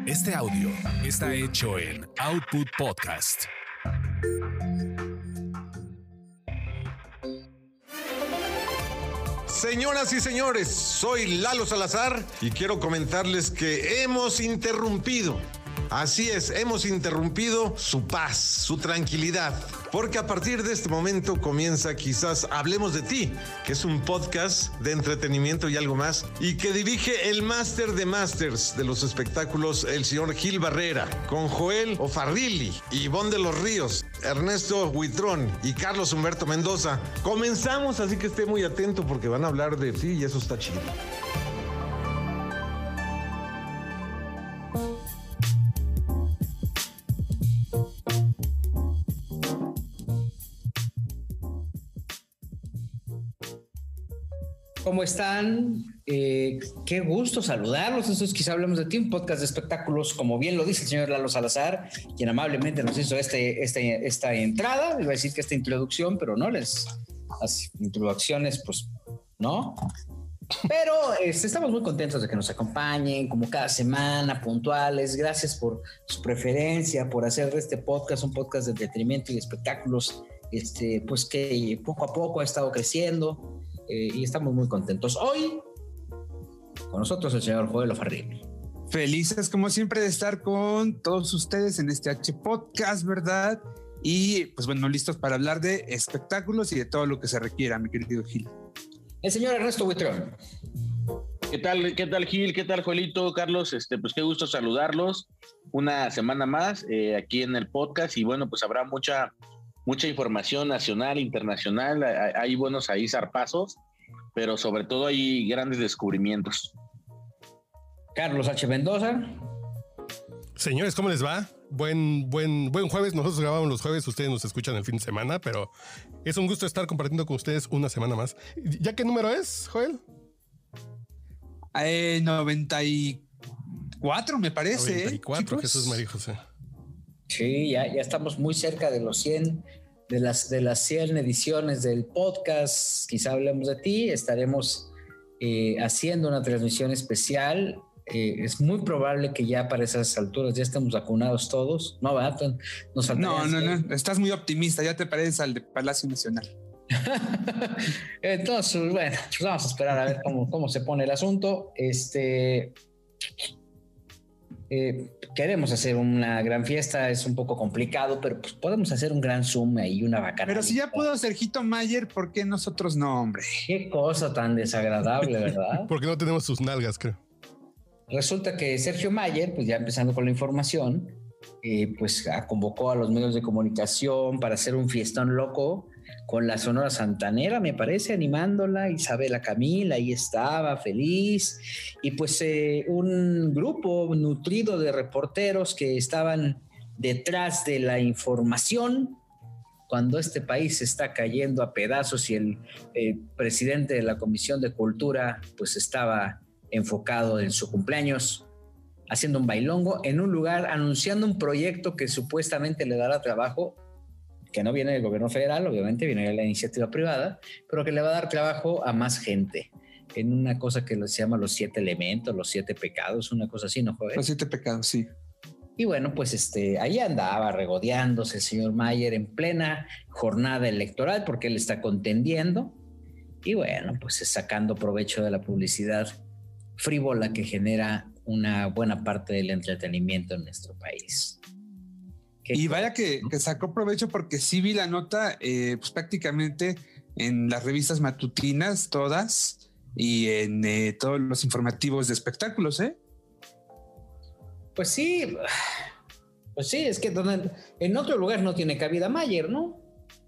Este audio está hecho en Output Podcast. Señoras y señores, soy Lalo Salazar y quiero comentarles que hemos interrumpido. Así es, hemos interrumpido su paz, su tranquilidad, porque a partir de este momento comienza Quizás Hablemos de Ti, que es un podcast de entretenimiento y algo más, y que dirige el máster de másters de los espectáculos, el señor Gil Barrera, con Joel Ofarrilli, Ivonne de los Ríos, Ernesto Huitrón y Carlos Humberto Mendoza. Comenzamos, así que esté muy atento porque van a hablar de ti y eso está chido. ¿Cómo están? Qué gusto saludarlos. Esto es Quizá Hablemos de Ti, un podcast de espectáculos, como bien lo dice el señor Lalo Salazar, quien amablemente nos hizo esta entrada. Iba a decir que esta introducción, pero no, las introducciones, pues, ¿no? Pero estamos muy contentos de que nos acompañen, como cada semana, puntuales. Gracias por su preferencia, por hacer de este podcast un podcast de entretenimiento y de espectáculos, pues que poco a poco ha estado creciendo. Y estamos muy contentos. Hoy, con nosotros el señor Joel Ofarrilli. Felices, como siempre, de estar con todos ustedes en este H Podcast, ¿verdad? Y, pues bueno, listos para hablar de espectáculos y de todo lo que se requiera, mi querido Gil. El señor Ernesto Huitrón. ¿Qué tal, Gil? ¿Qué tal, Joelito, Carlos? Pues qué gusto saludarlos una semana más aquí en el podcast. Y bueno, pues habrá mucha información nacional, internacional, hay buenos ahí zarpazos, pero sobre todo hay grandes descubrimientos. Carlos H. Mendoza. Señores, ¿cómo les va? Buen jueves. Nosotros grabamos los jueves, ustedes nos escuchan el fin de semana, pero es un gusto estar compartiendo con ustedes una semana más. ¿Ya qué número es, Joel? 94, me parece. 94, Jesús María José. Sí, ya estamos muy cerca de los 100, de las 100 ediciones del podcast. Quizá Hablemos de Ti. Estaremos haciendo una transmisión especial. Es muy probable que ya para esas alturas ya estemos vacunados todos. No, ¿verdad? No. Estás muy optimista. Ya te pareces al de Palacio Nacional. Entonces, bueno, pues vamos a esperar a ver cómo se pone el asunto. Queremos hacer una gran fiesta, es un poco complicado, pero pues podemos hacer un gran Zoom y una bacana. Pero si ya pudo Sergito Mayer, ¿por qué nosotros no, hombre? Qué cosa tan desagradable, ¿verdad? Porque no tenemos sus nalgas, creo. Resulta que Sergio Mayer, pues ya empezando con la información, pues convocó a los medios de comunicación para hacer un fiestón loco con la Sonora Santanera, me parece, animándola. Isabela Camil ahí estaba feliz, y pues un grupo nutrido de reporteros que estaban detrás de la información cuando este país está cayendo a pedazos y el presidente de la Comisión de Cultura pues estaba enfocado en su cumpleaños, haciendo un bailongo en un lugar, anunciando un proyecto que supuestamente le dará trabajo, que no viene del gobierno federal, obviamente viene de la iniciativa privada, pero que le va a dar trabajo a más gente en una cosa que se llama los 7 elementos, los 7 pecados, una cosa así, ¿no, Joder? Los 7 pecados, sí. Y bueno, pues ahí andaba regodeándose el señor Mayer en plena jornada electoral porque él está contendiendo y bueno, pues sacando provecho de la publicidad frívola que genera una buena parte del entretenimiento en nuestro país. Y vaya que sacó provecho, porque sí vi la nota pues prácticamente en las revistas matutinas todas y en todos los informativos de espectáculos, ¿eh? Pues sí, es que en otro lugar no tiene cabida Mayer, ¿no?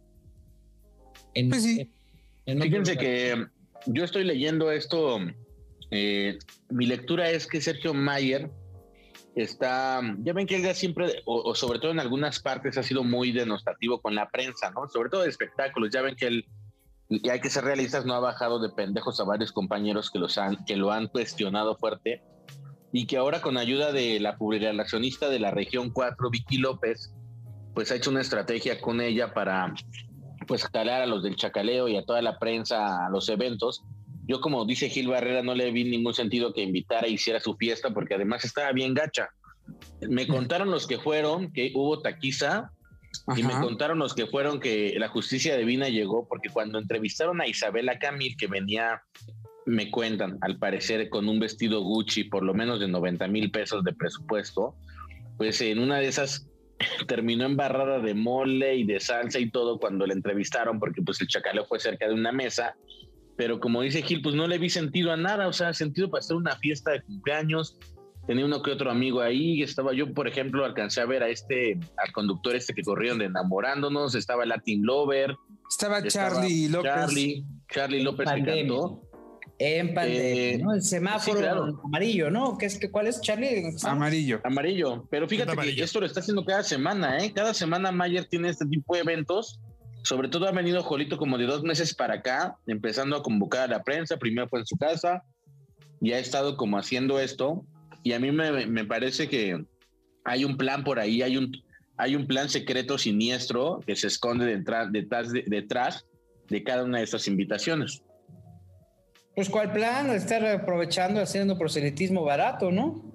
Pues sí. Fíjense que yo estoy leyendo esto. Mi lectura es que Sergio Mayer ya ven que él ya siempre, o sobre todo en algunas partes, ha sido muy denostativo con la prensa, ¿no? Sobre todo de espectáculos. Ya ven que él, y hay que ser realistas, no ha bajado de pendejos a varios compañeros que lo han cuestionado fuerte, y que ahora, con ayuda de la publirelacionista de la región 4, Vicky López, pues ha hecho una estrategia con ella para pues jalar a los del chacaleo y a toda la prensa a los eventos. Yo, como dice Gil Barrera, no le vi ningún sentido que invitara e hiciera su fiesta, porque además estaba bien gacha. Me contaron los que fueron que hubo taquiza. Y me contaron los que fueron que la justicia divina llegó, porque cuando entrevistaron a Isabela Camil, que venía, me cuentan, al parecer con un vestido Gucci, por lo menos de 90,000 pesos de presupuesto, pues en una de esas terminó embarrada de mole y de salsa y todo cuando la entrevistaron, porque pues el chacaleo fue cerca de una mesa, pero como dice Gil, pues no le vi sentido a nada, o sea, sentido para hacer una fiesta de cumpleaños. Tenía uno que otro amigo ahí, estaba yo, por ejemplo, alcancé a ver al conductor que corrieron de Enamorándonos, estaba Latin Lover. Estaba Charlie López. Charlie López que cantó. En pandemia, ¿no? El semáforo sí, claro. Amarillo, ¿no? ¿Cuál es, Charlie? Amarillo. Pero fíjate que esto lo está haciendo cada semana, ¿eh? Cada semana Mayer tiene este tipo de eventos. Sobre todo ha venido Jolito como de 2 meses para acá, empezando a convocar a la prensa. Primero fue en su casa y ha estado como haciendo esto. Y a mí me parece que hay un plan por ahí, hay un plan secreto siniestro que se esconde detrás de cada una de estas invitaciones. Pues ¿cuál plan? Estar aprovechando, haciendo proselitismo barato, ¿no?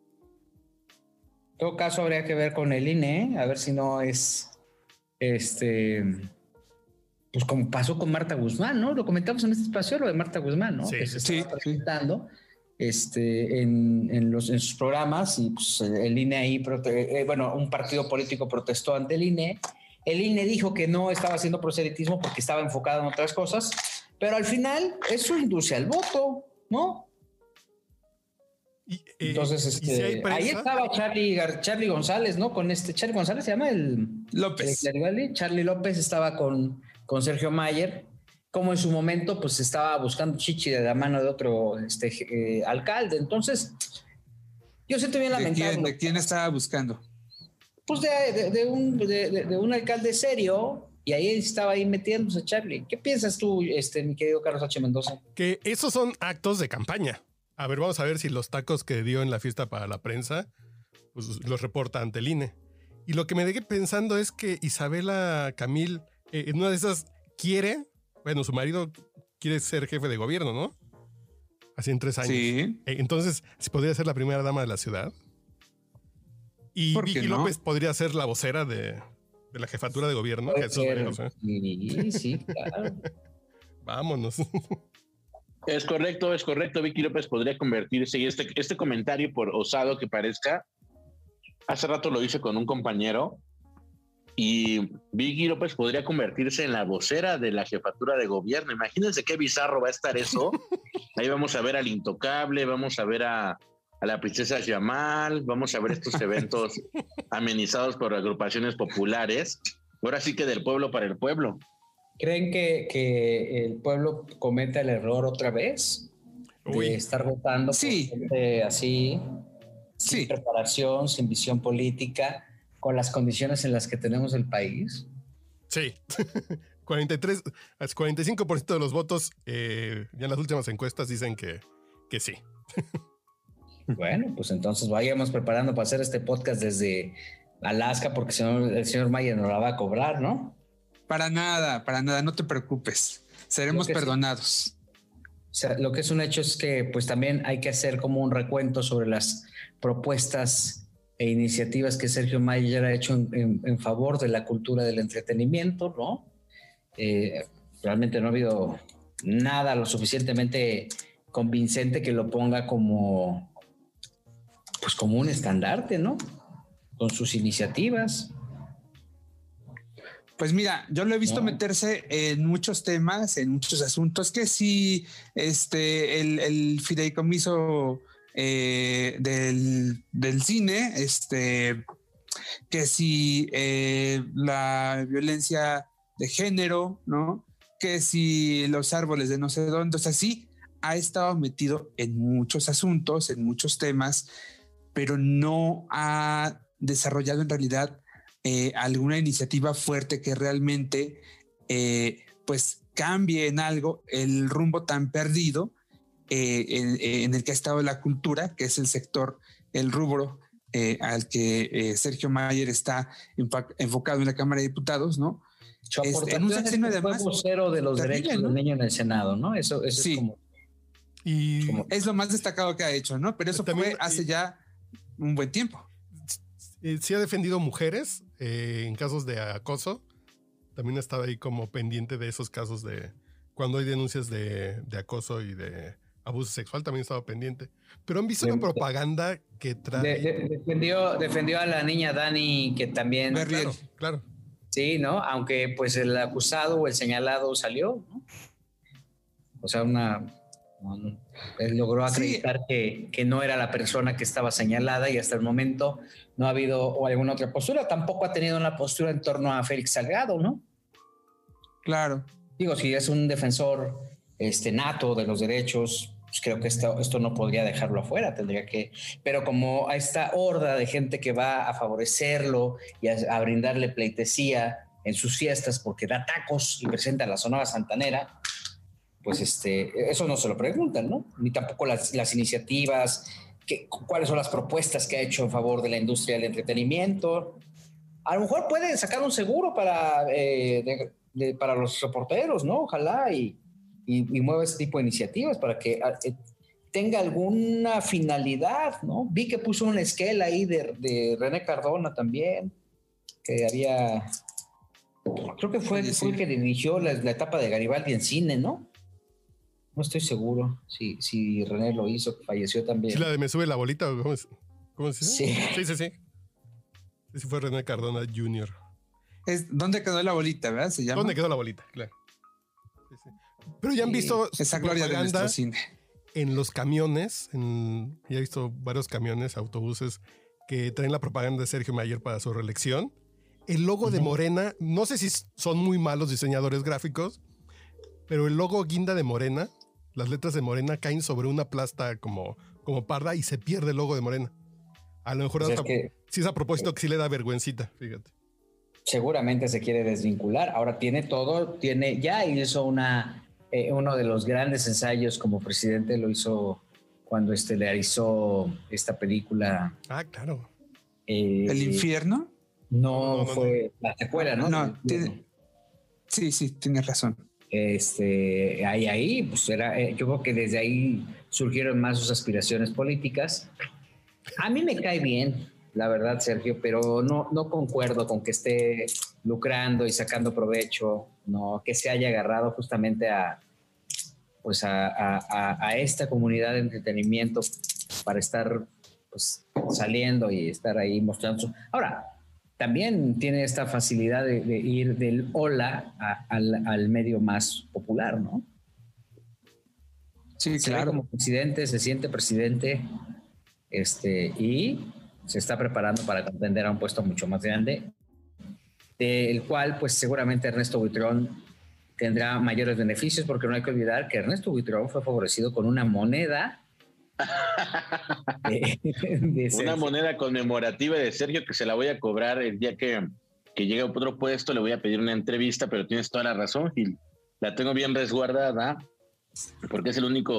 En todo caso habría que ver con el INE, a ver si no es pues como pasó con Marta Guzmán, ¿no? Lo comentamos en este espacio, lo de Marta Guzmán, ¿no? Sí, que se estaba presentando en sus programas y pues el INE ahí, un partido político protestó ante el INE. El INE dijo que no estaba haciendo proselitismo porque estaba enfocado en otras cosas, pero al final eso induce al voto, ¿no? Entonces, si ahí estaba Charlie González, ¿no? Con Charlie González se llama el López. Charlie López estaba con Sergio Mayer, como en su momento pues estaba buscando chichi de la mano de otro alcalde. Entonces, yo siento bien lamentable. ¿De quién estaba buscando? Pues de un alcalde serio, y ahí estaba ahí metiéndose Charlie. ¿Qué piensas tú, mi querido Carlos H. Mendoza? Que esos son actos de campaña. A ver, vamos a ver si los tacos que dio en la fiesta para la prensa, pues los reporta ante el INE. Y lo que me dejé pensando es que Isabela Camil, en una de esas, su marido quiere ser jefe de gobierno, ¿no? Así en 3 años. Sí. Entonces, ¿podría ser la primera dama de la ciudad? Y Vicky López podría ser la vocera de la jefatura de gobierno. Sí, claro. Vámonos. Es correcto. Vicky López podría convertirse, y este comentario, por osado que parezca, hace rato lo hice con un compañero, y Vicky López podría convertirse en la vocera de la jefatura de gobierno. Imagínense qué bizarro va a estar eso. Ahí vamos a ver al Intocable, vamos a ver a la princesa Yamal, vamos a ver estos eventos amenizados por agrupaciones populares. Ahora sí que del pueblo para el pueblo. ¿Creen que el pueblo cometa el error otra vez? De estar votando por gente así, sin preparación, sin visión política, con las condiciones en las que tenemos el país. Sí. 45% de los votos ya en las últimas encuestas dicen que sí. Bueno, pues entonces vayamos preparando para hacer este podcast desde Alaska, porque si no el señor Mayer nos la va a cobrar, ¿no? Para nada, no te preocupes. Seremos perdonados. O sea, lo que es un hecho es que pues también hay que hacer como un recuento sobre las propuestas e iniciativas que Sergio Mayer ha hecho en favor de la cultura del entretenimiento, ¿no? Realmente no ha habido nada lo suficientemente convincente que lo ponga como un estandarte, ¿no? Con sus iniciativas. Pues mira, yo lo he visto meterse en muchos temas, en muchos asuntos, que si el fideicomiso del cine, que si la violencia de género, ¿no? Que si los árboles de no sé dónde, o sea, sí ha estado metido en muchos asuntos, en muchos temas, pero no ha desarrollado en realidad alguna iniciativa fuerte que realmente pues cambie en algo el rumbo tan perdido en el que ha estado la cultura, que es el sector, el rubro al que Sergio Mayer está enfocado en la Cámara de Diputados, ¿no? En un sexenio además vocero de los derechos del niño en el Senado, ¿no? Eso sí. Es como es lo más destacado que ha hecho, ¿no? Pero eso también fue hace ya un buen tiempo. Sí ha defendido mujeres en casos de acoso. También ha estado ahí como pendiente de esos casos de cuando hay denuncias de acoso y de abuso sexual, también estaba pendiente. Pero han visto una propaganda que trae... Defendió a la niña Dani, que también... Claro, claro. Sí, ¿no? Aunque pues el acusado o el señalado salió, ¿no? O sea, él logró acreditar que no era la persona que estaba señalada y hasta el momento no ha habido alguna otra postura. Tampoco ha tenido una postura en torno a Félix Salgado, ¿no? Claro. Digo, si es un defensor nato de los derechos, pues creo que esto no podría dejarlo afuera, tendría que... Pero como a esta horda de gente que va a favorecerlo y a brindarle pleitesía en sus fiestas porque da tacos y presenta la Sonora Santanera, pues eso no se lo preguntan, ¿no? Ni tampoco las iniciativas, cuáles son las propuestas que ha hecho en favor de la industria del entretenimiento. A lo mejor puede sacar un seguro para los reporteros, ¿no? Ojalá y mueva ese tipo de iniciativas para que tenga alguna finalidad, ¿no? Vi que puso una esquela ahí de René Cardona también, que había... Creo que fue el que dirigió la etapa de Garibaldi en cine, ¿no? No estoy seguro si René lo hizo, que falleció también. ¿Sí, la de Me Sube la Bolita? ¿Cómo se llama? Sí. Sí. Ese fue René Cardona Jr. ¿Dónde quedó la bolita, verdad? Se llama. ¿Dónde quedó la bolita? Claro. Sí. Pero ya han visto esa gloria de nuestro cine. En los camiones, ya he visto varios camiones, autobuses que traen la propaganda de Sergio Mayer para su reelección. El logo de Morena, no sé si son muy malos diseñadores gráficos, pero el logo guinda de Morena, las letras de Morena caen sobre una plasta como parda y se pierde el logo de Morena. A lo mejor sí es a propósito que sí le da vergüencita, fíjate. Seguramente se quiere desvincular. Ahora ya hizo uno de los grandes ensayos como presidente, lo hizo cuando estelarizó esta película. Ah, claro. ¿El infierno? No, fue la secuela, ¿no? No, sí, tienes razón. Ahí, pues yo creo que desde ahí surgieron más sus aspiraciones políticas. A mí me cae bien, la verdad, Sergio, pero no concuerdo con que esté lucrando y sacando provecho, no, que se haya agarrado justamente a esta comunidad de entretenimiento para estar pues saliendo y estar ahí mostrando. Ahora, también tiene esta facilidad de ir del hola al medio más popular, ¿no? Sí, claro. Como presidente, se siente presidente, y se está preparando para contender a un puesto mucho más grande, del cual, pues seguramente Ernesto Buitrón tendrá mayores beneficios, porque no hay que olvidar que Ernesto Buitrón fue favorecido con una moneda una moneda conmemorativa de Sergio que se la voy a cobrar el día que llegue a otro puesto. Le voy a pedir una entrevista, pero tienes toda la razón, Gil. La tengo bien resguardada porque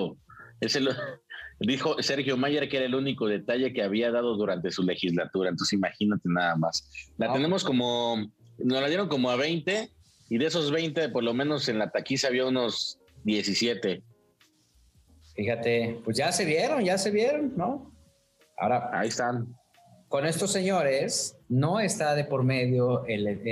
dijo Sergio Mayer que era el único detalle que había dado durante su legislatura. Entonces imagínate nada más. Tenemos nos la dieron como a 20 y de esos 20 por lo menos en la taquiza había unos 17. Fíjate, pues ya se vieron, ¿no? Ahora, ahí están. Con estos señores no está de por medio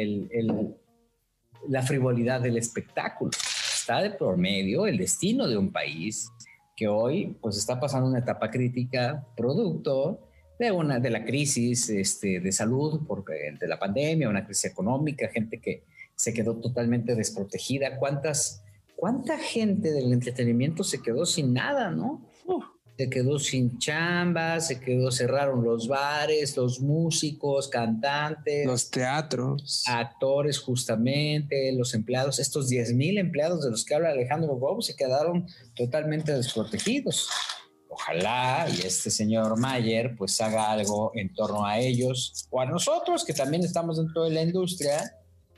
la frivolidad del espectáculo. Está de por medio el destino de un país que hoy pues está pasando una etapa crítica producto de la crisis de salud de la pandemia, una crisis económica, gente que se quedó totalmente desprotegida. ¿Cuánta gente del entretenimiento se quedó sin nada, no? Se quedó sin chamba, cerraron los bares, los músicos, cantantes, los teatros, actores, justamente, los empleados, estos 10,000 empleados de los que habla Alejandro Gómez se quedaron totalmente desprotegidos. Ojalá y este señor Mayer pues haga algo en torno a ellos o a nosotros que también estamos dentro de la industria,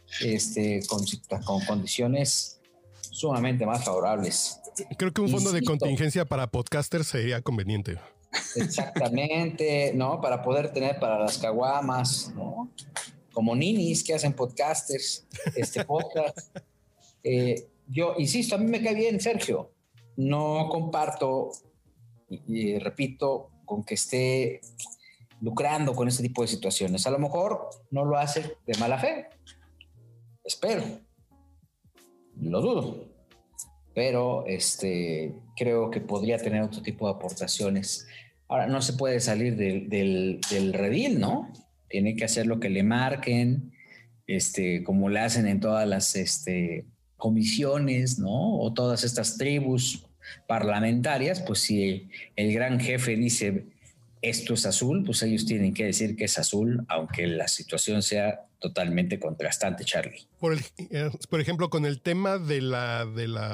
con condiciones sumamente más favorables. Creo que un fondo de contingencia para podcasters sería conveniente. Exactamente, ¿no? Para poder tener para las caguamas, ¿no? Como ninis que hacen podcasters, podcast. Yo insisto, a mí me cae bien Sergio. No comparto, y repito, con que esté lucrando con ese tipo de situaciones. A lo mejor no lo hace de mala fe, espero, lo dudo, pero creo que podría tener otro tipo de aportaciones. Ahora, no se puede salir del redil, ¿no? Tiene que hacer lo que le marquen, como le hacen en todas las comisiones, ¿no? O todas estas tribus parlamentarias. Pues si el gran jefe dice esto es azul, pues ellos tienen que decir que es azul, aunque la situación sea totalmente contrastante, Charlie. Por ejemplo, con el tema de la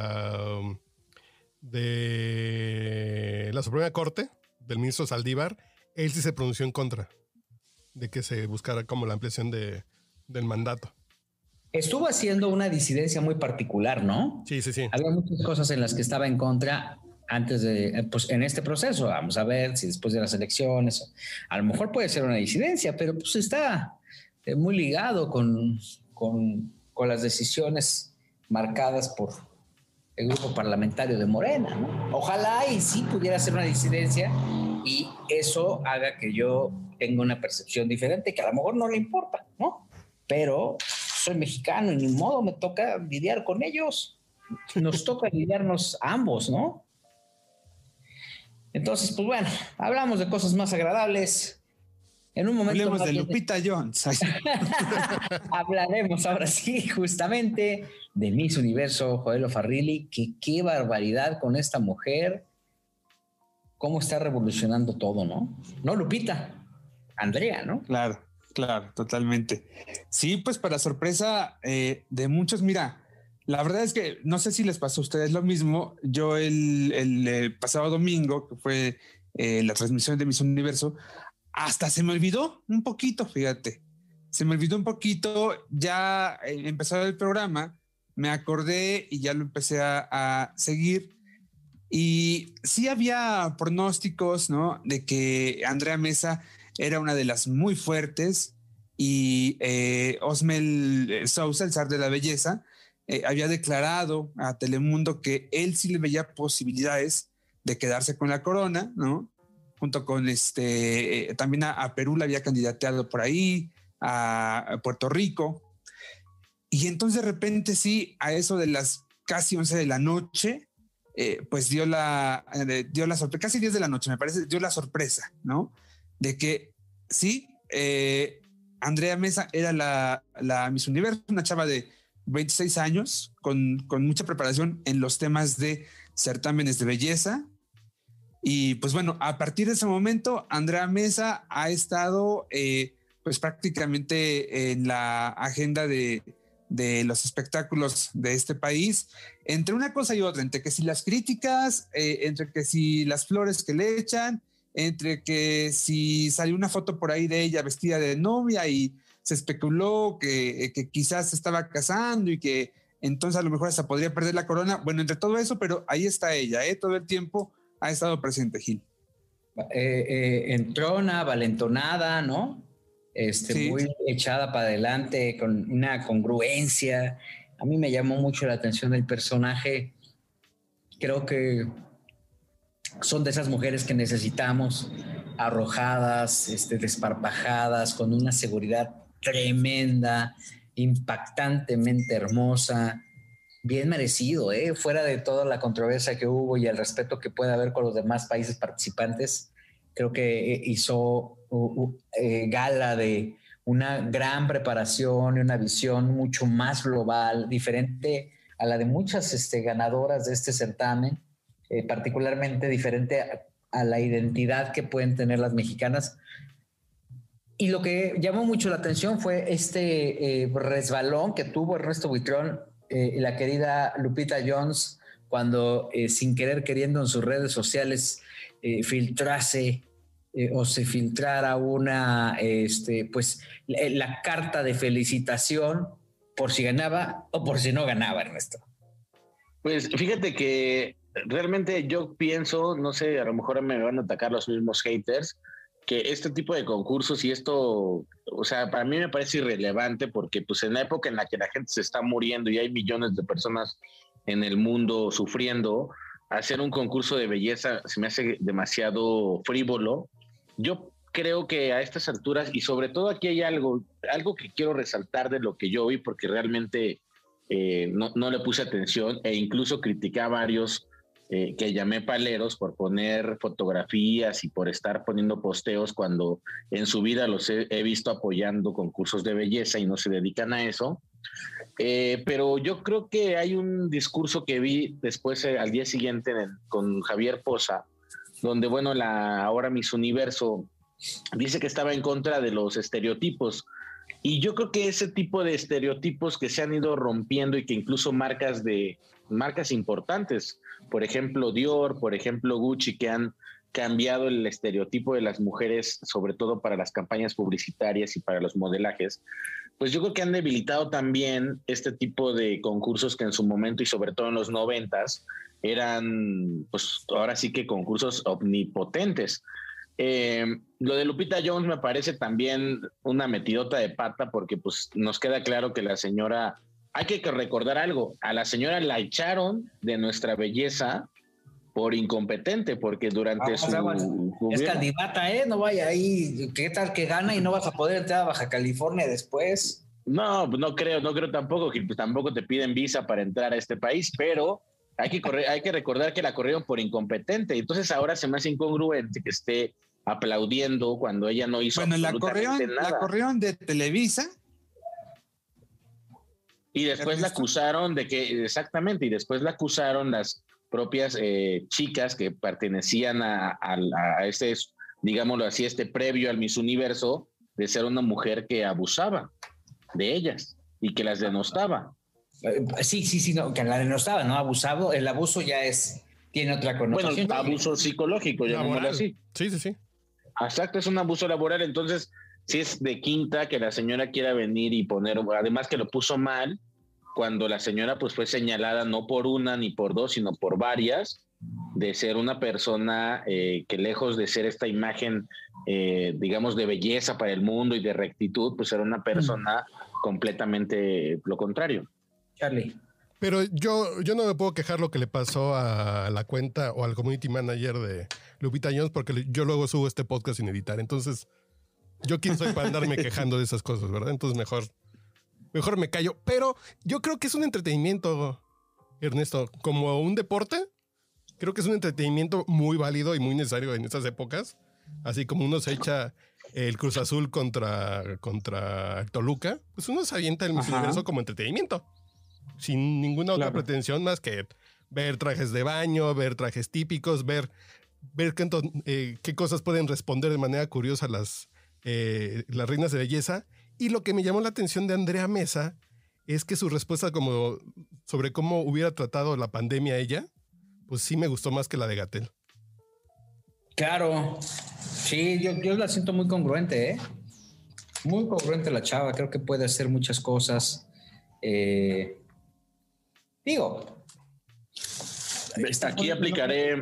Suprema Corte, del ministro Saldívar, él sí se pronunció en contra de que se buscara como la ampliación del mandato. Estuvo haciendo una disidencia muy particular, ¿no? Sí. Había muchas cosas en las que estaba en contra antes de, pues en este proceso. Vamos a ver si después de las elecciones, a lo mejor puede ser una disidencia, pero pues está muy ligado con las decisiones marcadas por el grupo parlamentario de Morena, ¿no? Ojalá y sí pudiera ser una disidencia y eso haga que yo tenga una percepción diferente, que a lo mejor no le importa, ¿no? Pero soy mexicano y ni modo, me toca lidiar con ellos. Nos toca lidiarnos ambos, ¿no? Entonces, pues bueno, hablamos de cosas más agradables. En un momento hablemos de Lupita Jones. Hablaremos ahora sí, justamente, de Miss Universo, Joelle Farrilli. Qué barbaridad con esta mujer. Cómo está revolucionando todo, ¿no? No, Lupita, Andrea, ¿no? Claro, totalmente. Sí, pues para sorpresa de muchos, mira, la verdad es que no sé si les pasó a ustedes lo mismo. Yo el pasado domingo, que fue la transmisión de Miss Universo, hasta se me olvidó un poquito, fíjate. Se me olvidó un poquito, ya empezó el programa, me acordé y ya lo empecé a seguir. Y sí había pronósticos, ¿no? De que Andrea Meza era una de las muy fuertes y Osmel Sousa, el zar de la belleza, había declarado a Telemundo que él sí le veía posibilidades de quedarse con la corona, ¿no? Junto con también a Perú le había candidateado por ahí, a Puerto Rico. Y entonces de repente sí, a eso de las casi 11 de la noche, pues dio la sorpresa, casi 10 de la noche me parece, dio la sorpresa, ¿no? De que sí, Andrea Meza era la Miss Universo, una chava de 26 años, con mucha preparación en los temas de certámenes de belleza. Y pues bueno, a partir de ese momento, Andrea Meza ha estado pues prácticamente en la agenda de los espectáculos de este país, entre una cosa y otra, entre que si las críticas, entre que si las flores que le echan, entre que si salió una foto por ahí de ella vestida de novia y se especuló que quizás se estaba casando y que entonces a lo mejor hasta podría perder la corona. Bueno, entre todo eso, pero ahí está ella, todo el tiempo ha estado presente, Gil. Entrona, valentonada, ¿no? Sí. Muy echada para adelante, con una congruencia. A mí me llamó mucho la atención el personaje. Creo que son de esas mujeres que necesitamos, arrojadas, desparpajadas, con una seguridad tremenda, impactantemente hermosa, bien merecido, fuera de toda la controversia que hubo y el respeto que puede haber con los demás países participantes. Creo que hizo gala de una gran preparación y una visión mucho más global, diferente a la de muchas ganadoras de este certamen, particularmente diferente a la identidad que pueden tener las mexicanas. Y lo que llamó mucho la atención fue resbalón que tuvo Ernesto Buitrón, la querida Lupita Jones, cuando sin querer queriendo en sus redes sociales filtrase o se filtrara una, pues la carta de felicitación por si ganaba o por si no ganaba, Ernesto. Pues fíjate que realmente yo pienso, no sé, a lo mejor me van a atacar los mismos haters, que este tipo de concursos y esto, o sea, para mí me parece irrelevante porque pues en la época en la que la gente se está muriendo y hay millones de personas en el mundo sufriendo, hacer un concurso de belleza se me hace demasiado frívolo. Yo creo que a estas alturas, y sobre todo aquí hay algo que quiero resaltar de lo que yo vi, porque realmente no le puse atención e incluso critiqué a varios que llamé paleros por poner fotografías y por estar poniendo posteos cuando en su vida los he visto apoyando concursos de belleza y no se dedican a eso. Pero yo creo que hay un discurso que vi después al día siguiente con Javier Poza, donde, bueno, ahora Miss Universo dice que estaba en contra de los estereotipos. Y yo creo que ese tipo de estereotipos que se han ido rompiendo y que incluso marcas importantes, por ejemplo Dior, por ejemplo Gucci, que han cambiado el estereotipo de las mujeres, sobre todo para las campañas publicitarias y para los modelajes, pues yo creo que han debilitado también este tipo de concursos que en su momento y sobre todo en los 90s eran, pues ahora sí que concursos omnipotentes. Lo de Lupita Jones me parece también una metidota de pata, porque pues nos queda claro que la señora, hay que recordar algo, a la señora la echaron de Nuestra Belleza por incompetente, porque durante su es gobierno, candidata, no vaya ahí, qué tal que gana y no vas a poder entrar a Baja California después. No creo tampoco que tampoco te piden visa para entrar a este país, pero hay que recordar que la corrieron por incompetente. Entonces ahora se me hace incongruente que esté aplaudiendo cuando ella no hizo absolutamente nada. La corrieron de Televisa. Y después la acusaron de que, exactamente, y después la acusaron las propias chicas que pertenecían a este, digámoslo así, este previo al Miss Universo, de ser una mujer que abusaba de ellas y que las denostaba. Sí, no, que la denostaba, ¿no? Abusado, el abuso ya tiene otra connotación. Bueno, abuso psicológico, llamémoslo así. Sí. Exacto, es un abuso laboral. Entonces, si es de quinta que la señora quiera venir y poner, además que lo puso mal, cuando la señora pues fue señalada no por una ni por dos, sino por varias, de ser una persona que lejos de ser esta imagen, digamos, de belleza para el mundo y de rectitud, pues era una persona completamente lo contrario. Charlie. Pero yo no me puedo quejar lo que le pasó a la cuenta o al community manager de Lupita Jones, porque yo luego subo este podcast sin editar. Entonces, yo quién soy para andarme quejando de esas cosas, ¿verdad? Entonces mejor me callo. Pero yo creo que es un entretenimiento, Ernesto, como un deporte. Creo que es un entretenimiento muy válido y muy necesario en estas épocas. Así como uno se echa el Cruz Azul contra Toluca, pues uno se avienta el Miss Universo como entretenimiento. Sin ninguna otra pretensión más que ver trajes de baño, ver trajes típicos, ver qué cosas pueden responder de manera curiosa las reinas de belleza. Y lo que me llamó la atención de Andrea Mesa es que su respuesta sobre cómo hubiera tratado la pandemia ella, pues sí me gustó más que la de Gatell. Claro, sí, yo la siento muy congruente, ¿eh? Muy congruente la chava, creo que puede hacer muchas cosas. Digo, aquí aplicaré,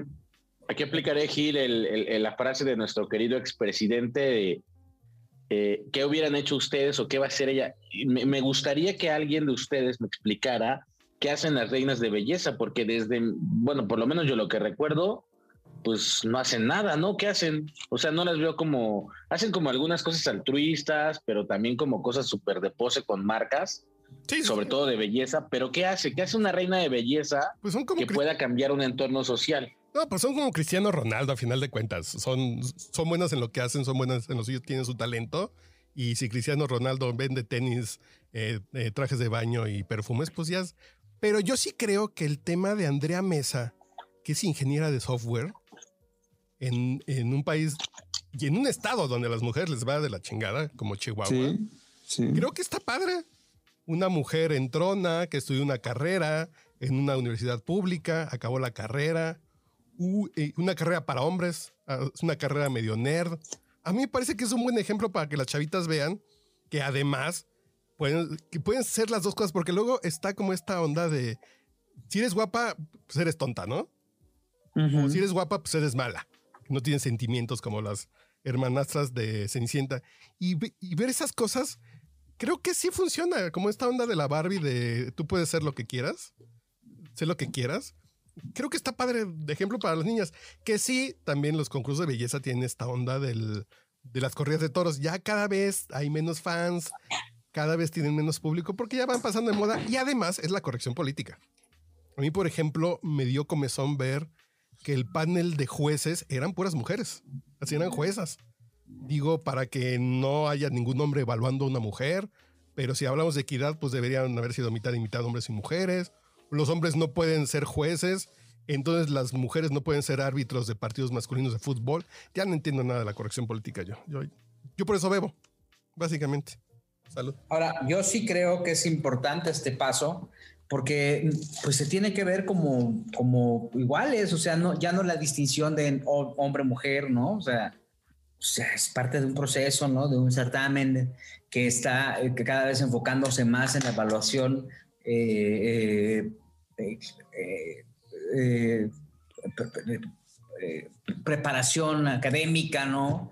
Gil, la frase de nuestro querido expresidente de ¿qué hubieran hecho ustedes o qué va a hacer ella? Me gustaría que alguien de ustedes me explicara qué hacen las reinas de belleza, porque por lo menos yo lo que recuerdo, pues no hacen nada, ¿no? ¿Qué hacen? O sea, no las veo hacen como algunas cosas altruistas, pero también como cosas súper de pose con marcas. Sí, sobre todo de belleza, pero ¿qué hace? ¿Qué hace una reina de belleza pues son como que pueda cambiar un entorno social? No, pues son como Cristiano Ronaldo a final de cuentas. Son buenas en lo que hacen, son buenas en lo suyo, tienen su talento. Y si Cristiano Ronaldo vende tenis, trajes de baño y perfumes, pues ya. Pero yo sí creo que el tema de Andrea Mesa, que es ingeniera de software, en un país y en un estado donde a las mujeres les va de la chingada, como Chihuahua, sí. Creo que está padre. Una mujer entrona que estudió una carrera en una universidad pública, acabó la carrera, una carrera para hombres, es una carrera medio nerd. A mí me parece que es un buen ejemplo para que las chavitas vean que además pueden ser las dos cosas, porque luego está como esta onda de si eres guapa, pues eres tonta, ¿no? O si eres guapa, pues eres mala. No tienes sentimientos como las hermanastras de Cenicienta. Y ver esas cosas... Creo que sí funciona, como esta onda de la Barbie de tú puedes ser lo que quieras, sé lo que quieras. Creo que está padre de ejemplo para las niñas. Que sí, también los concursos de belleza tienen esta onda del las corridas de toros. Ya cada vez hay menos fans, cada vez tienen menos público porque ya van pasando de moda y además es la corrección política. A mí, por ejemplo, me dio comezón ver que el panel de jueces eran puras mujeres, así eran juezas. Digo, para que no haya ningún hombre evaluando a una mujer, pero si hablamos de equidad, pues deberían haber sido mitad y mitad hombres y mujeres. Los hombres no pueden ser jueces, entonces las mujeres no pueden ser árbitros de partidos masculinos de fútbol. Ya no entiendo nada de la corrección política yo por eso bebo, básicamente. Salud. Ahora, yo sí creo que es importante este paso porque pues se tiene que ver como iguales, o sea, ya no la distinción de hombre-mujer, ¿no? O sea, es parte de un proceso, ¿no? De un certamen que está cada vez enfocándose más en la evaluación preparación académica, ¿no?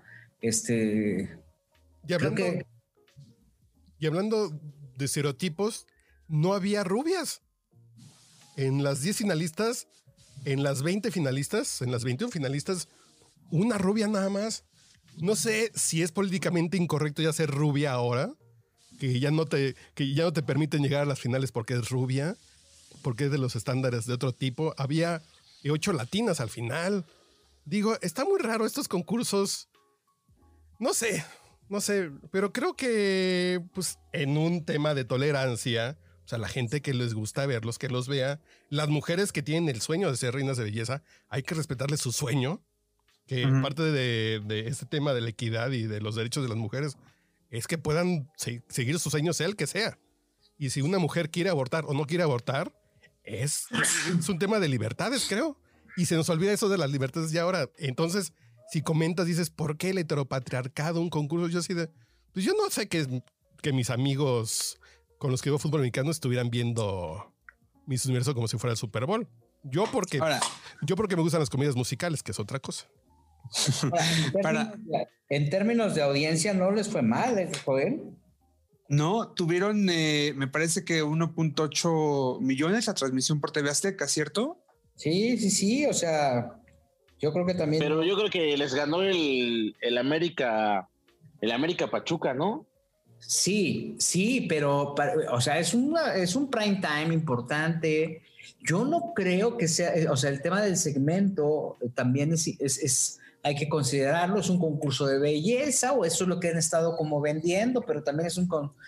Y hablando de estereotipos, no había rubias. En las 10 finalistas, en las 20 finalistas, en las 21 finalistas, una rubia nada más. No sé si es políticamente incorrecto ya ser rubia ahora, que ya no te permiten llegar a las finales porque es rubia, porque es de los estándares de otro tipo. Había 8 latinas al final. Digo, está muy raro estos concursos. No sé, pero creo que pues en un tema de tolerancia, o sea, la gente que les gusta verlos, que los vea, las mujeres que tienen el sueño de ser reinas de belleza, hay que respetarles su sueño, que parte de este tema de la equidad y de los derechos de las mujeres es que puedan seguir sus sueños, sea el que sea. Y si una mujer quiere abortar o no quiere abortar, es un tema de libertades, creo. Y se nos olvida eso de las libertades ya ahora. Entonces, si comentas, dices, ¿por qué el heteropatriarcado, un concurso? Yo así de, pues yo no sé que mis amigos con los que veo fútbol americano estuvieran viendo Miss Universo como si fuera el Super Bowl. Yo porque me gustan las comedias musicales, que es otra cosa. En términos de audiencia no les fue mal, Joel. No, tuvieron, me parece que 1.8 millones la transmisión por TV Azteca, ¿cierto? Sí, o sea, yo creo que también. Pero yo creo que les ganó el América Pachuca, ¿no? Sí, pero, o sea, es un prime time importante. Yo no creo que sea, o sea, el tema del segmento también hay que considerarlo, es un concurso de belleza o eso es lo que han estado como vendiendo, pero también es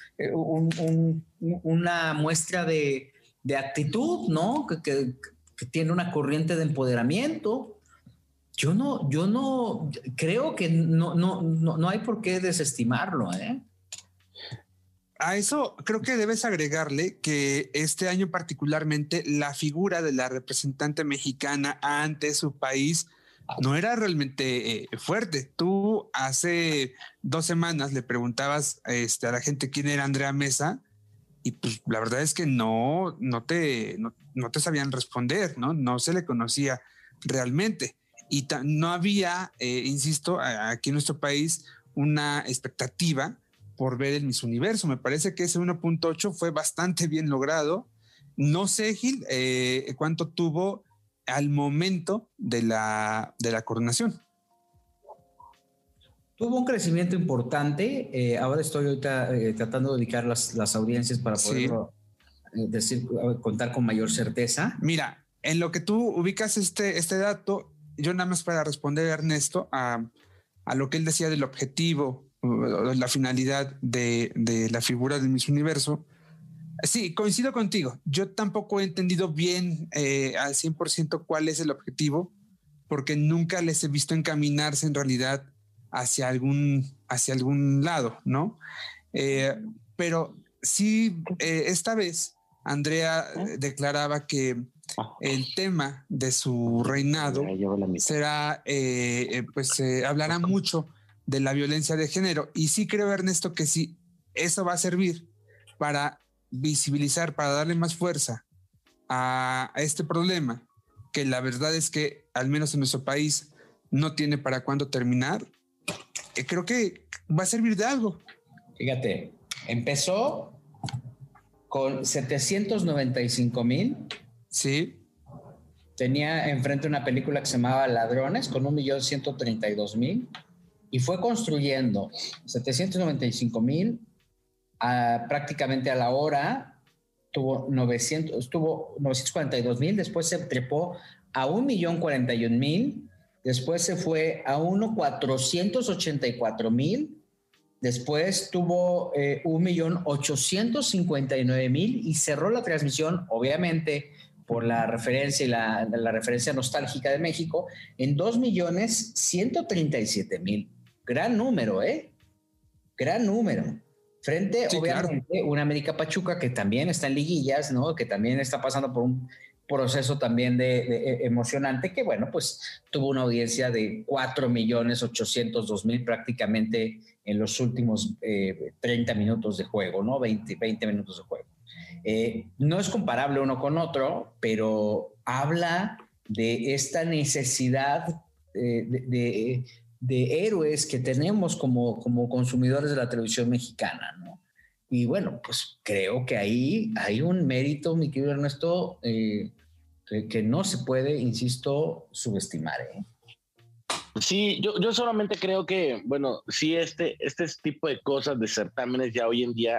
una muestra de actitud, ¿no? Que tiene una corriente de empoderamiento. Yo no creo que no hay por qué desestimarlo, ¿eh? A eso creo que debes agregarle que este año particularmente la figura de la representante mexicana ante su país no era realmente fuerte. Tú hace 2 semanas le preguntabas a la gente quién era Andrea Mesa y pues la verdad es que no te sabían responder, no se le conocía realmente y no había, insisto, aquí en nuestro país una expectativa por ver el Miss Universo. Me parece que ese 1.8 fue bastante bien logrado. No sé, Gil, cuánto tuvo al momento de la coronación. Tuvo un crecimiento importante. Ahora estoy tratando de ubicar las audiencias para poderlo contar con mayor certeza. Mira, en lo que tú ubicas este dato, yo nada más para responder a Ernesto a lo que él decía del objetivo, la finalidad de la figura del Miss Universo. Sí, coincido contigo. Yo tampoco he entendido bien al 100% cuál es el objetivo, porque nunca les he visto encaminarse en realidad hacia algún lado, ¿no? Pero sí, esta vez Andrea declaraba que el tema de su reinado será, hablará mucho de la violencia de género. Y sí creo, Ernesto, que sí, eso va a servir para visibilizar, para darle más fuerza a este problema, que la verdad es que, al menos en nuestro país, no tiene para cuándo terminar. Creo que va a servir de algo. Fíjate, empezó con 795,000. Sí. Tenía enfrente una película que se llamaba Ladrones con 1,132,000. y fue construyendo 795,000 prácticamente a la hora, tuvo 942,000, después se trepó a 1,041,000, después se fue a 1,484,000, después tuvo 1,859,000 y cerró la transmisión, obviamente, por la referencia y la referencia nostálgica de México, en 2,137,000. Gran número, ¿eh? Gran número. Frente, sí, obviamente, claro, una América Pachuca que también está en liguillas, ¿no? Que también está pasando por un proceso también de emocionante, que bueno, pues tuvo una audiencia de 4,802,000 prácticamente en los últimos 30 minutos de juego, ¿no? 20 minutos de juego. No es comparable uno con otro, pero habla de esta necesidad de héroes que tenemos como consumidores de la televisión mexicana, ¿no? Y bueno, pues creo que ahí hay un mérito, mi querido Ernesto, que no se puede, insisto, subestimar, ¿eh? Sí, yo solamente creo que, bueno, sí, este tipo de cosas, de certámenes ya hoy en día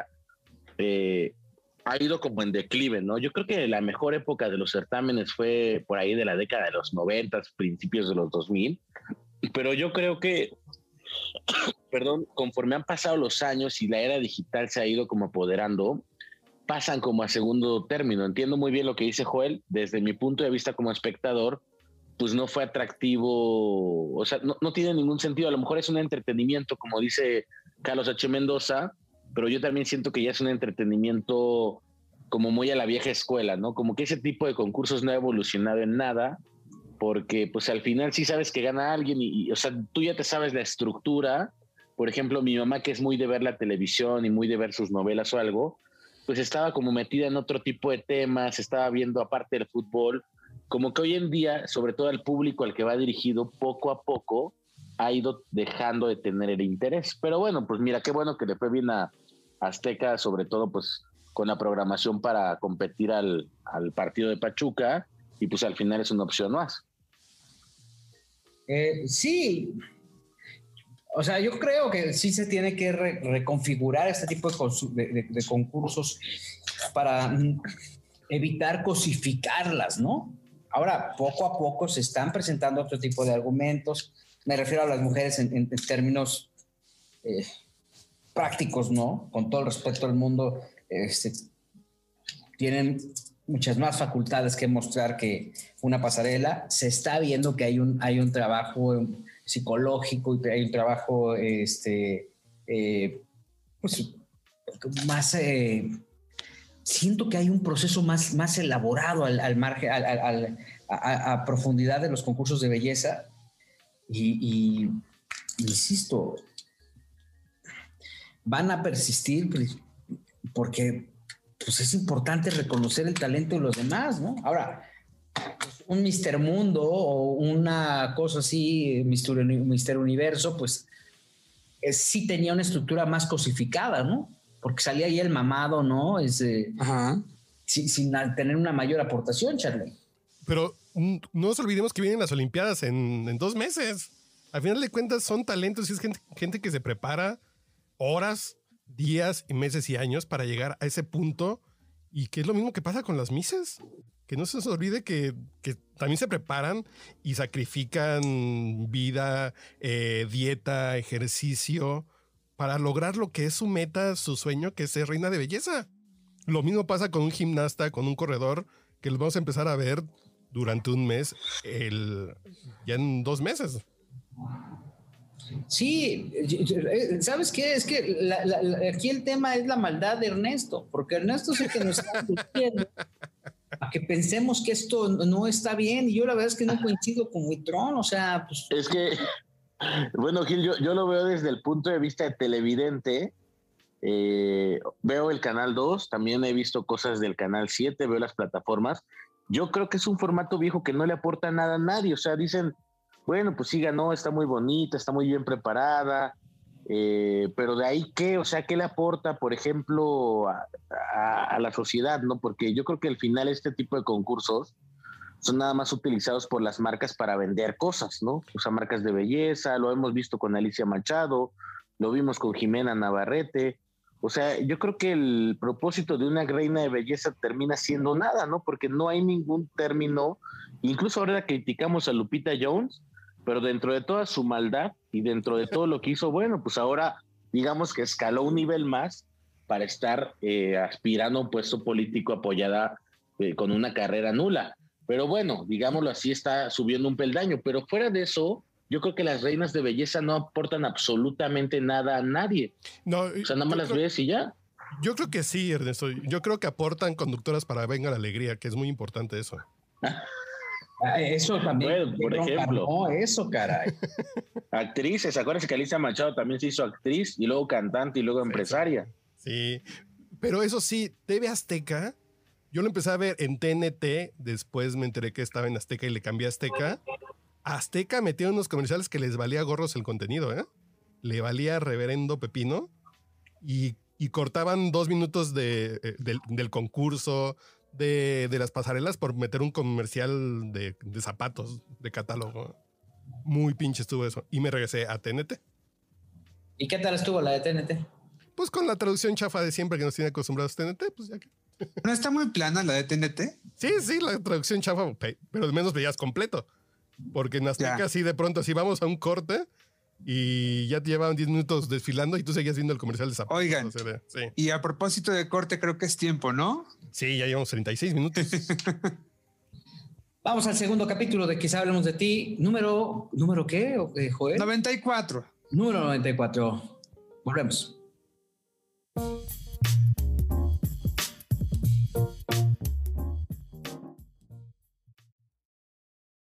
ha ido como en declive, ¿no? Yo creo que la mejor época de los certámenes fue por ahí de la década de los 90, principios de los 2000, pero yo creo que, perdón, conforme han pasado los años y la era digital se ha ido como apoderando, pasan como a segundo término. Entiendo muy bien lo que dice Joel. Desde mi punto de vista como espectador, pues no fue atractivo, o sea, no tiene ningún sentido. A lo mejor es un entretenimiento, como dice Carlos H. Mendoza, pero yo también siento que ya es un entretenimiento como muy a la vieja escuela, ¿no? Como que ese tipo de concursos no ha evolucionado en nada, porque pues al final sí sabes que gana alguien y o sea, tú ya te sabes la estructura. Por ejemplo, mi mamá, que es muy de ver la televisión y muy de ver sus novelas o algo, pues estaba como metida en otro tipo de temas, estaba viendo aparte del fútbol, como que hoy en día, sobre todo el público al que va dirigido, poco a poco ha ido dejando de tener el interés. Pero bueno, pues mira, qué bueno que le fue bien a Azteca, sobre todo pues con la programación para competir al partido de Pachuca, y pues al final es una opción más. Sí, o sea, yo creo que sí se tiene que reconfigurar este tipo de concursos para evitar cosificarlas, ¿no? Ahora, poco a poco se están presentando otro tipo de argumentos. Me refiero a las mujeres en términos prácticos, ¿no? Con todo el respeto del mundo, tienen muchas más facultades que mostrar que una pasarela. Se está viendo que hay un trabajo psicológico y hay un trabajo pues, más siento que hay un proceso más elaborado al margen, a profundidad de los concursos de belleza y insisto, van a persistir porque pues es importante reconocer el talento de los demás, ¿no? Ahora, pues, un Mister Mundo o una cosa así, Mister Universo, pues sí tenía una estructura más cosificada, ¿no? Porque salía ahí el mamado, ¿no? Sin tener una mayor aportación, Charlie. Pero no nos olvidemos que vienen las Olimpiadas en 2 meses. Al final de cuentas son talentos y es gente que se prepara horas, días y meses y años para llegar a ese punto, y que es lo mismo que pasa con las Misses. Que no se nos olvide que también se preparan y sacrifican vida, dieta, ejercicio para lograr lo que es su meta, su sueño, que es ser reina de belleza. Lo mismo pasa con un gimnasta, con un corredor, que los vamos a empezar a ver durante un mes, ya en 2 meses. Sí, ¿sabes qué? Es que aquí el tema es la maldad de Ernesto, porque Ernesto es el que nos está diciendo a que pensemos que esto no está bien, y yo la verdad es que no coincido con Huitrón, o sea, pues... Es que, bueno, Gil, yo lo veo desde el punto de vista de televidente. Veo el Canal 2, también he visto cosas del Canal 7, veo las plataformas. Yo creo que es un formato viejo que no le aporta nada a nadie. O sea, dicen, bueno, pues sí ganó, está muy bonita, está muy bien preparada, pero de ahí qué, o sea, ¿qué le aporta, por ejemplo, a la sociedad, ¿no? Porque yo creo que al final este tipo de concursos, son nada más utilizados por las marcas para vender cosas, ¿no? O sea, marcas de belleza, lo hemos visto con Alicia Machado, lo vimos con Jimena Navarrete. O sea, yo creo que el propósito de una reina de belleza termina siendo nada, ¿no? Porque no hay ningún término, incluso ahora criticamos a Lupita Jones, pero dentro de toda su maldad y dentro de todo lo que hizo, bueno, pues ahora digamos que escaló un nivel más para estar aspirando a un puesto político apoyada con una carrera nula. Pero bueno, digámoslo así, está subiendo un peldaño. Pero fuera de eso, yo creo que las reinas de belleza no aportan absolutamente nada a nadie. No, o sea, nada más las ves y ya. Yo creo que sí, Ernesto. Yo creo que aportan conductoras para Venga la Alegría, que es muy importante eso. Eso también. Bueno, por ejemplo. No, eso, caray. Actrices, acuérdense que Alicia Machado también se hizo actriz y luego cantante y luego empresaria. Sí, pero eso sí, TV Azteca, yo lo empecé a ver en TNT, después me enteré que estaba en Azteca y le cambié a Azteca. Azteca metió unos comerciales que les valía gorros el contenido, ¿eh? Le valía reverendo pepino y cortaban 2 minutos del concurso, de las pasarelas por meter un comercial de zapatos de catálogo. Muy pinche estuvo eso. Y me regresé a TNT. ¿Y qué tal estuvo la de TNT? Pues con la traducción chafa de siempre que nos tiene acostumbrados TNT, pues ya que... ¿No está muy plana la de TNT? Sí, la traducción chafa, pero al menos veías completo. Porque en Azteca así de pronto así vamos a un corte y ya te llevaban 10 minutos desfilando y tú seguías viendo el comercial de zapatos. Oigan, sí. Y a propósito de corte, creo que es tiempo, ¿no? Sí, ya llevamos 36 minutos. Vamos al segundo capítulo de Quizá Hablemos de Ti. ¿Número qué, Joel? 94. Número 94. Volvemos.